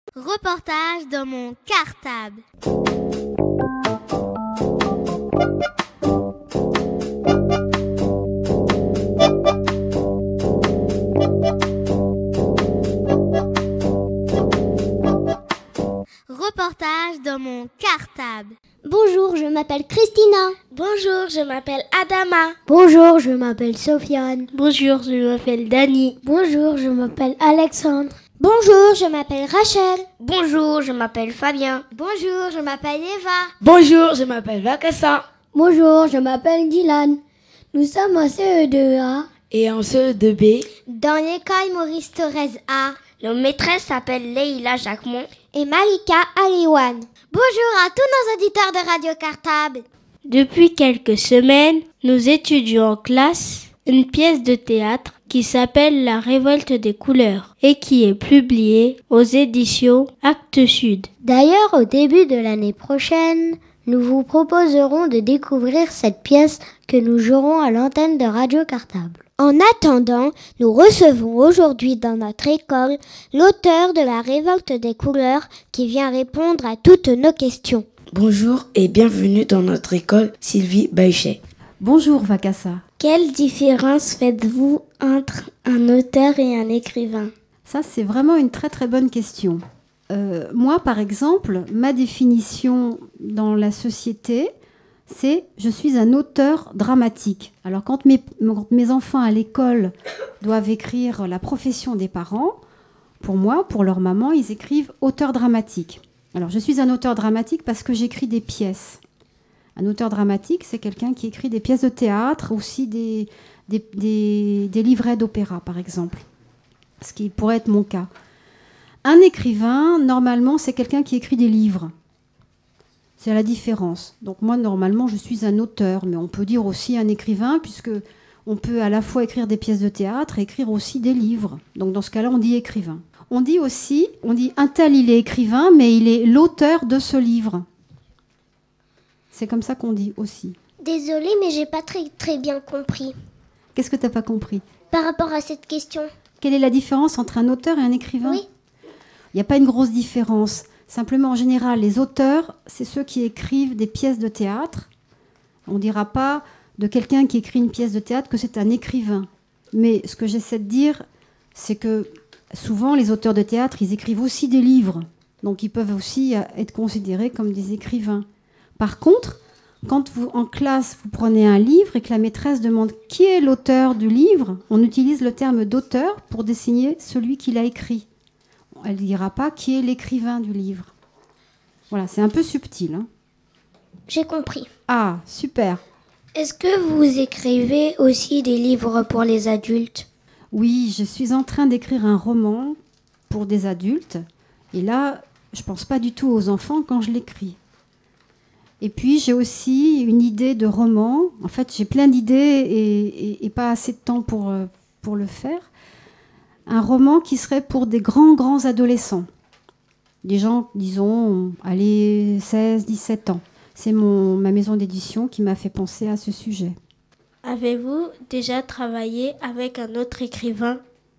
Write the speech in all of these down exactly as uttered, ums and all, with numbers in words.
Reportage dans mon cartable. Reportage dans mon cartable. Bonjour, je m'appelle Christina. Bonjour, je m'appelle Adama. Bonjour, je m'appelle Sofiane. Bonjour, je m'appelle Dani. Bonjour, je m'appelle Alexandre. Bonjour, je m'appelle Rachel. Bonjour, je m'appelle Fabien. Bonjour, je m'appelle Eva. Bonjour, je m'appelle Vakassa. Bonjour, je m'appelle Dylan. Nous sommes en C E deux A. Et en C E deux B. Dans l'école Maurice Thorez A. Nos maîtresses s'appellent Leïla Jacquemont et Malika Aliwan. Bonjour à tous nos auditeurs de Radio Cartable. Depuis quelques semaines, nous étudions en classe une pièce de théâtre qui s'appelle La Révolte des couleurs et qui est publiée aux éditions Actes Sud. D'ailleurs, au début de l'année prochaine, nous vous proposerons de découvrir cette pièce que nous jouerons à l'antenne de Radio Cartable. En attendant, nous recevons aujourd'hui dans notre école l'auteur de La Révolte des couleurs qui vient répondre à toutes nos questions. Bonjour et bienvenue dans notre école, Sylvie Baïchet. Bonjour Vakassa. Quelle différence faites-vous entre un auteur et un écrivain ? Ça, c'est vraiment une très très bonne question. Euh, moi, par exemple, ma définition dans la société, c'est « je suis un auteur dramatique ». Alors, quand mes, quand mes enfants à l'école doivent écrire la profession des parents, pour moi, pour leur maman, ils écrivent « auteur dramatique ». Alors, je suis un auteur dramatique parce que j'écris des pièces. Un auteur dramatique, c'est quelqu'un qui écrit des pièces de théâtre, aussi des, des, des, des livrets d'opéra, par exemple, ce qui pourrait être mon cas. Un écrivain, normalement, c'est quelqu'un qui écrit des livres. C'est la différence. Donc moi, normalement, je suis un auteur, mais on peut dire aussi un écrivain, puisque on peut à la fois écrire des pièces de théâtre et écrire aussi des livres. Donc dans ce cas-là, on dit écrivain. On dit aussi, on dit un tel, il est écrivain, mais il est l'auteur de ce livre. C'est comme ça qu'on dit aussi. Désolée, mais j'ai pas très, très bien compris. Qu'est-ce que tu n'as pas compris ? Par rapport à cette question. Quelle est la différence entre un auteur et un écrivain ? Oui. Il n'y a pas une grosse différence. Simplement, en général, les auteurs, c'est ceux qui écrivent des pièces de théâtre. On ne dira pas de quelqu'un qui écrit une pièce de théâtre que c'est un écrivain. Mais ce que j'essaie de dire, c'est que souvent, les auteurs de théâtre, ils écrivent aussi des livres. Donc, ils peuvent aussi être considérés comme des écrivains. Par contre, quand vous, en classe, vous prenez un livre et que la maîtresse demande qui est l'auteur du livre, on utilise le terme d'auteur pour désigner celui qui l'a écrit. Elle ne dira pas qui est l'écrivain du livre. Voilà, c'est un peu subtil. Hein. J'ai compris. Ah, super. Est-ce que vous écrivez aussi des livres pour les adultes ? Oui, je suis en train d'écrire un roman pour des adultes. Et là, je ne pense pas du tout aux enfants quand je l'écris. Et puis, j'ai aussi une idée de roman. En fait, j'ai plein d'idées et, et, et pas assez de temps pour, pour le faire. Un roman qui serait pour des grands, grands adolescents. Des gens, disons, allez, seize, dix-sept ans. C'est mon, ma maison d'édition qui m'a fait penser à ce sujet. Avez-vous déjà travaillé avec un autre écrivain ?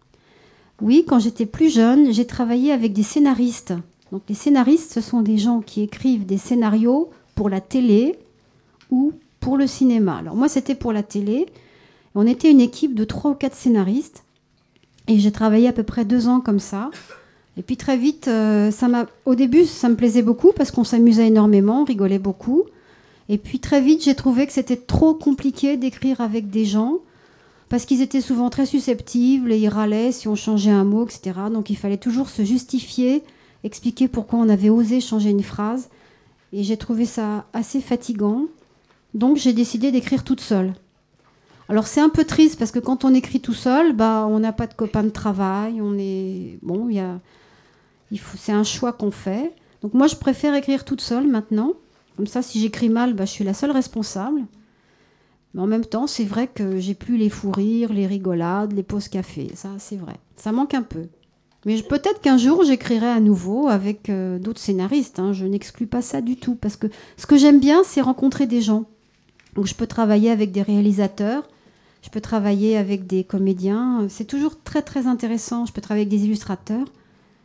Oui, quand j'étais plus jeune, j'ai travaillé avec des scénaristes. Donc, les scénaristes, ce sont des gens qui écrivent des scénarios pour la télé ou pour le cinéma. Alors, moi, c'était pour la télé. On était une équipe de trois ou quatre scénaristes. Et j'ai travaillé à peu près deux ans comme ça. Et puis très vite, euh, ça m'a... au début, ça me plaisait beaucoup parce qu'on s'amusait énormément, on rigolait beaucoup. Et puis très vite, j'ai trouvé que c'était trop compliqué d'écrire avec des gens parce qu'ils étaient souvent très susceptibles et ils râlaient si on changeait un mot, et cetera. Donc il fallait toujours se justifier, expliquer pourquoi on avait osé changer une phrase. Et j'ai trouvé ça assez fatigant. Donc j'ai décidé d'écrire toute seule. Alors c'est un peu triste parce que quand on écrit tout seul, bah, on n'a pas de copains de travail, on est... Bon, y a... il faut... c'est un choix qu'on fait. Donc moi je préfère écrire toute seule maintenant. Comme ça, si j'écris mal, bah, je suis la seule responsable. Mais en même temps, c'est vrai que j'ai plus les fous rires, les rigolades, les pauses café. Ça, c'est vrai. Ça manque un peu. Mais je... peut-être qu'un jour, j'écrirai à nouveau avec euh, d'autres scénaristes. Hein. Je n'exclus pas ça du tout. Parce que ce que j'aime bien, c'est rencontrer des gens. Donc je peux travailler avec des réalisateurs. Je peux travailler avec des comédiens. C'est toujours très, très intéressant. Je peux travailler avec des illustrateurs.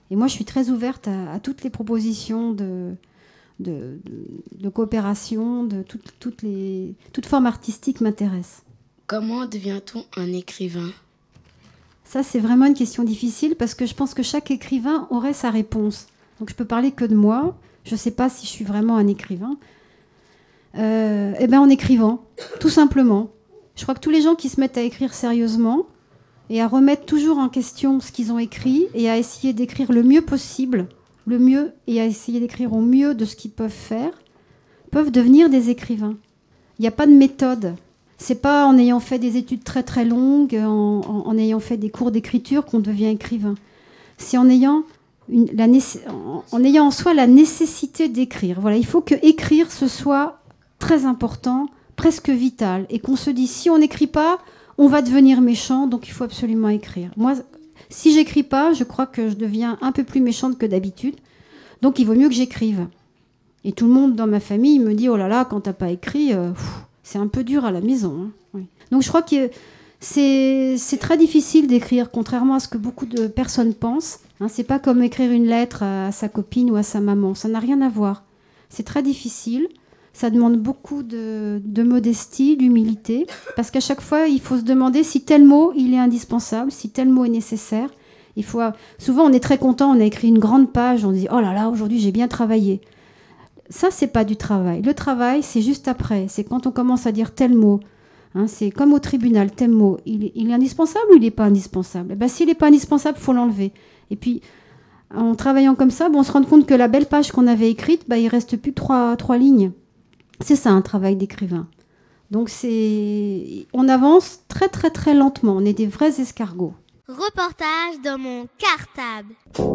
Et moi, je suis très ouverte à, à toutes les propositions de, de, de, de coopération, de tout, toutes les, toute forme artistique m'intéresse. Comment devient-on un écrivain ? Ça, c'est vraiment une question difficile parce que je pense que chaque écrivain aurait sa réponse. Donc, je peux parler que de moi. Je ne sais pas si je suis vraiment un écrivain. Euh, eh bien, en écrivant, tout simplement. Je crois que tous les gens qui se mettent à écrire sérieusement et à remettre toujours en question ce qu'ils ont écrit et à essayer d'écrire le mieux possible, le mieux, et à essayer d'écrire au mieux de ce qu'ils peuvent faire, peuvent devenir des écrivains. Il n'y a pas de méthode. C'est pas en ayant fait des études très très longues, en, en, en ayant fait des cours d'écriture qu'on devient écrivain. C'est en ayant, une, la, en, en ayant en soi la nécessité d'écrire. Voilà, il faut que écrire ce soit très important, presque vital, et qu'on se dise si on n'écrit pas, on va devenir méchant, donc il faut absolument écrire. Moi, si j'écris pas, je crois que je deviens un peu plus méchante que d'habitude, donc il vaut mieux que j'écrive. Et tout le monde dans ma famille me dit oh là là, quand t'as pas écrit, euh, pff, c'est un peu dur à la maison. Hein. Oui. Donc je crois que c'est, c'est très difficile d'écrire, contrairement à ce que beaucoup de personnes pensent. Hein, c'est pas comme écrire une lettre à sa copine ou à sa maman, ça n'a rien à voir. C'est très difficile. Ça demande beaucoup de, de modestie, d'humilité, parce qu'à chaque fois, il faut se demander si tel mot, il est indispensable, si tel mot est nécessaire. Il faut, souvent, on est très content, on a écrit une grande page, on dit « Oh là là, aujourd'hui, j'ai bien travaillé ». Ça, c'est pas du travail. Le travail, c'est juste après. C'est quand on commence à dire tel mot. Hein, c'est comme au tribunal, tel mot. Il est, il est indispensable ou il n'est pas indispensable ? Eh ben, s'il n'est pas indispensable, il faut l'enlever. Et puis, en travaillant comme ça, bon, on se rend compte que la belle page qu'on avait écrite, ben, il ne reste plus que trois, trois lignes. C'est ça un travail d'écrivain. Donc c'est, on avance très très très lentement. On est des vrais escargots. Reportage dans mon cartable.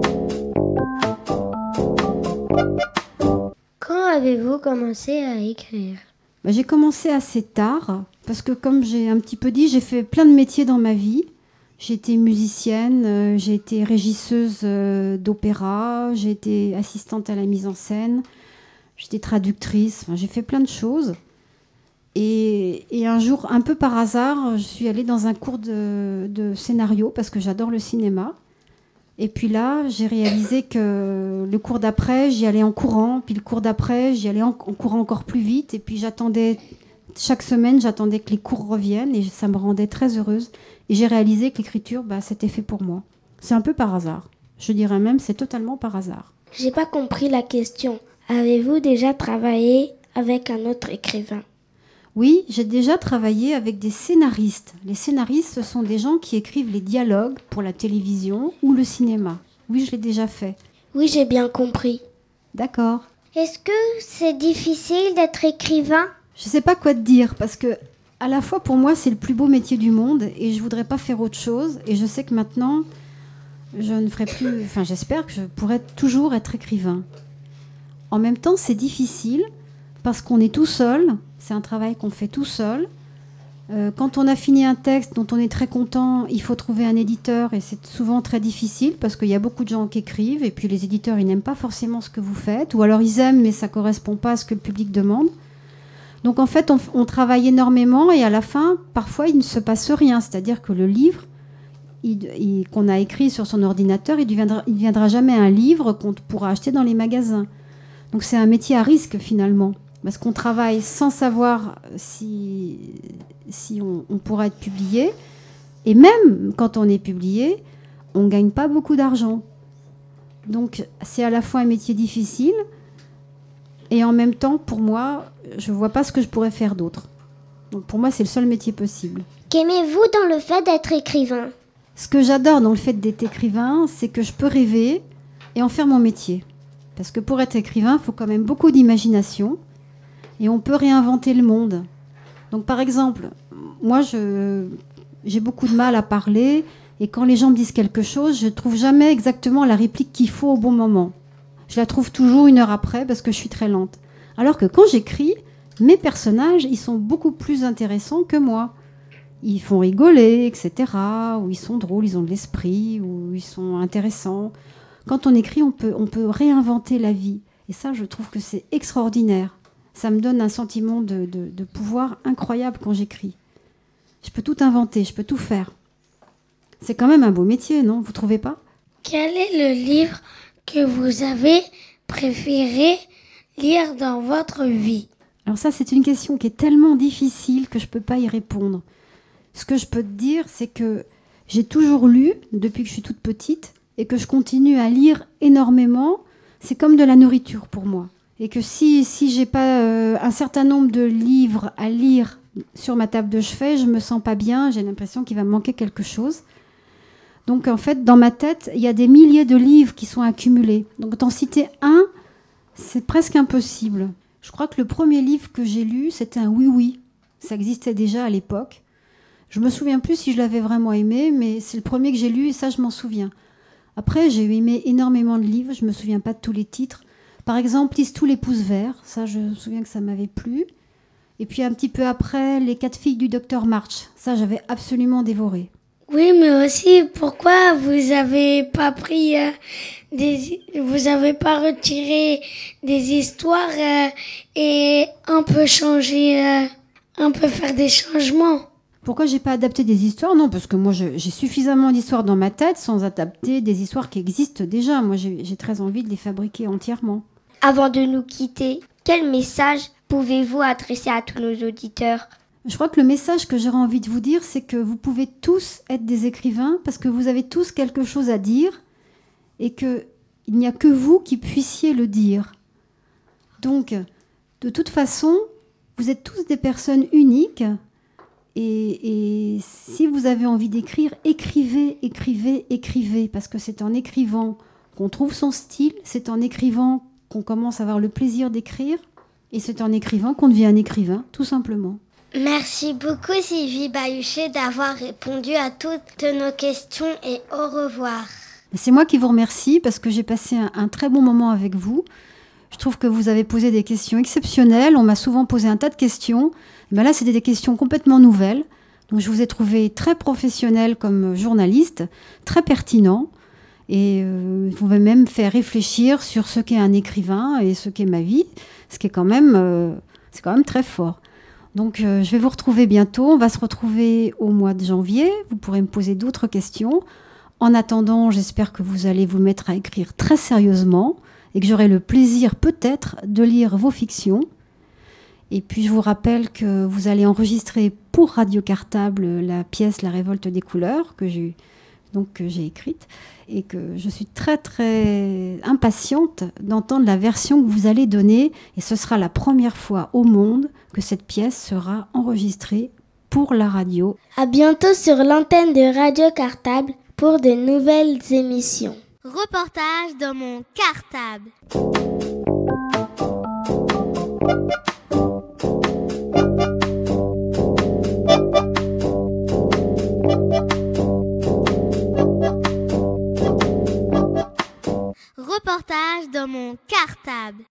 Quand avez-vous commencé à écrire ? Ben, j'ai commencé assez tard parce que comme j'ai un petit peu dit, j'ai fait plein de métiers dans ma vie. J'ai été musicienne, euh, j'ai été régisseuse euh, d'opéra, j'ai été assistante à la mise en scène. J'étais traductrice, enfin, j'ai fait plein de choses. Et, et un jour, un peu par hasard, je suis allée dans un cours de, de scénario parce que j'adore le cinéma. Et puis là, j'ai réalisé que le cours d'après, j'y allais en courant. Puis le cours d'après, j'y allais en, en courant encore plus vite. Et puis j'attendais, chaque semaine, j'attendais que les cours reviennent. Et ça me rendait très heureuse. Et j'ai réalisé que l'écriture, bah, c'était fait pour moi. C'est un peu par hasard. Je dirais même, c'est totalement par hasard. J'ai pas compris la question. Avez-vous déjà travaillé avec un autre écrivain ? Oui, j'ai déjà travaillé avec des scénaristes. Les scénaristes, ce sont des gens qui écrivent les dialogues pour la télévision ou le cinéma. Oui, je l'ai déjà fait. Oui, j'ai bien compris. D'accord. Est-ce que c'est difficile d'être écrivain ? Je ne sais pas quoi te dire, parce que à la fois pour moi, c'est le plus beau métier du monde et je ne voudrais pas faire autre chose. Et je sais que maintenant, je ne ferai plus... Enfin, j'espère que je pourrai toujours être écrivain. En même temps, c'est difficile parce qu'on est tout seul. C'est un travail qu'on fait tout seul. Euh, quand on a fini un texte dont on est très content, il faut trouver un éditeur et c'est souvent très difficile parce qu'il y a beaucoup de gens qui écrivent et puis les éditeurs, ils n'aiment pas forcément ce que vous faites ou alors ils aiment mais ça ne correspond pas à ce que le public demande. Donc en fait, on, on travaille énormément et à la fin, parfois, il ne se passe rien. C'est-à-dire que le livre il, il, qu'on a écrit sur son ordinateur, il ne deviendra, il deviendra jamais un livre qu'on pourra acheter dans les magasins. Donc c'est un métier à risque finalement, parce qu'on travaille sans savoir si, si on, on pourra être publié. Et même quand on est publié, on ne gagne pas beaucoup d'argent. Donc c'est à la fois un métier difficile, et en même temps, pour moi, je ne vois pas ce que je pourrais faire d'autre. Donc pour moi, c'est le seul métier possible. Qu'aimez-vous dans le fait d'être écrivain ? Ce que j'adore dans le fait d'être écrivain, c'est que je peux rêver et en faire mon métier. Parce que pour être écrivain, il faut quand même beaucoup d'imagination et on peut réinventer le monde. Donc par exemple, moi je, j'ai beaucoup de mal à parler et quand les gens me disent quelque chose, je ne trouve jamais exactement la réplique qu'il faut au bon moment. Je la trouve toujours une heure après parce que je suis très lente. Alors que quand j'écris, mes personnages, ils sont beaucoup plus intéressants que moi. Ils font rigoler, et cetera. Ou ils sont drôles, ils ont de l'esprit, ou ils sont intéressants. Quand on écrit, on peut, on peut réinventer la vie. Et ça, je trouve que c'est extraordinaire. Ça me donne un sentiment de, de, de pouvoir incroyable quand j'écris. Je peux tout inventer, je peux tout faire. C'est quand même un beau métier, non ? Vous trouvez pas ? Quel est le livre que vous avez préféré lire dans votre vie? Alors ça, c'est une question qui est tellement difficile que je ne peux pas y répondre. Ce que je peux te dire, c'est que j'ai toujours lu depuis que je suis toute petite et que je continue à lire énormément. C'est comme de la nourriture pour moi. Et que si, si je n'ai pas euh, un certain nombre de livres à lire sur ma table de chevet, je ne me sens pas bien, j'ai l'impression qu'il va me manquer quelque chose. Donc en fait, dans ma tête, il y a des milliers de livres qui sont accumulés. Donc d'en citer un, c'est presque impossible. Je crois que le premier livre que j'ai lu, c'était un oui-oui. Ça existait déjà à l'époque. Je me souviens plus si je l'avais vraiment aimé, mais c'est le premier que j'ai lu et ça, je m'en souviens. Après, j'ai aimé énormément de livres, je me souviens pas de tous les titres. Par exemple, Listou les pouces verts, ça, je me souviens que ça m'avait plu. Et puis un petit peu après, Les quatre filles du docteur March, ça, j'avais absolument dévoré. Oui, mais aussi, pourquoi vous avez pas pris euh, des, vous avez pas retiré des histoires euh, et un peu changer, euh, un peu faire des changements? Pourquoi j'ai pas adapté des histoires? Non, parce que moi, je, j'ai suffisamment d'histoires dans ma tête sans adapter des histoires qui existent déjà. Moi, j'ai, j'ai très envie de les fabriquer entièrement. Avant de nous quitter, quel message pouvez-vous adresser à tous nos auditeurs? Je crois que le message que j'aurais envie de vous dire, c'est que vous pouvez tous être des écrivains parce que vous avez tous quelque chose à dire et qu'il n'y a que vous qui puissiez le dire. Donc, de toute façon, vous êtes tous des personnes uniques et, et si vous avez envie d'écrire, écrivez, écrivez, écrivez parce que c'est en écrivant qu'on trouve son style, c'est en écrivant qu'on commence à avoir le plaisir d'écrire et c'est en écrivant qu'on devient un écrivain, tout simplement. Merci beaucoup Sylvie Bahuchet d'avoir répondu à toutes nos questions et au revoir. C'est moi qui vous remercie parce que j'ai passé un, un très bon moment avec vous. Je trouve que vous avez posé des questions exceptionnelles. On m'a souvent posé un tas de questions. Mais là, c'était des questions complètement nouvelles. Donc, je vous ai trouvé très professionnel comme journaliste, très pertinent. Et euh, vous m'avez même fait réfléchir sur ce qu'est un écrivain et ce qu'est ma vie, ce qui est quand même, euh, c'est quand même très fort. Donc, euh, je vais vous retrouver bientôt. On va se retrouver au mois de janvier. Vous pourrez me poser d'autres questions. En attendant, j'espère que vous allez vous mettre à écrire très sérieusement et que j'aurai le plaisir peut-être de lire vos fictions. Et puis, je vous rappelle que vous allez enregistrer pour Radio Cartable la pièce La Révolte des couleurs que j'ai, donc, que j'ai écrite et que je suis très, très impatiente d'entendre la version que vous allez donner. Et ce sera la première fois au monde que cette pièce sera enregistrée pour la radio. À bientôt sur l'antenne de Radio Cartable pour de nouvelles émissions. Reportage dans mon cartable. Reportage dans mon cartable.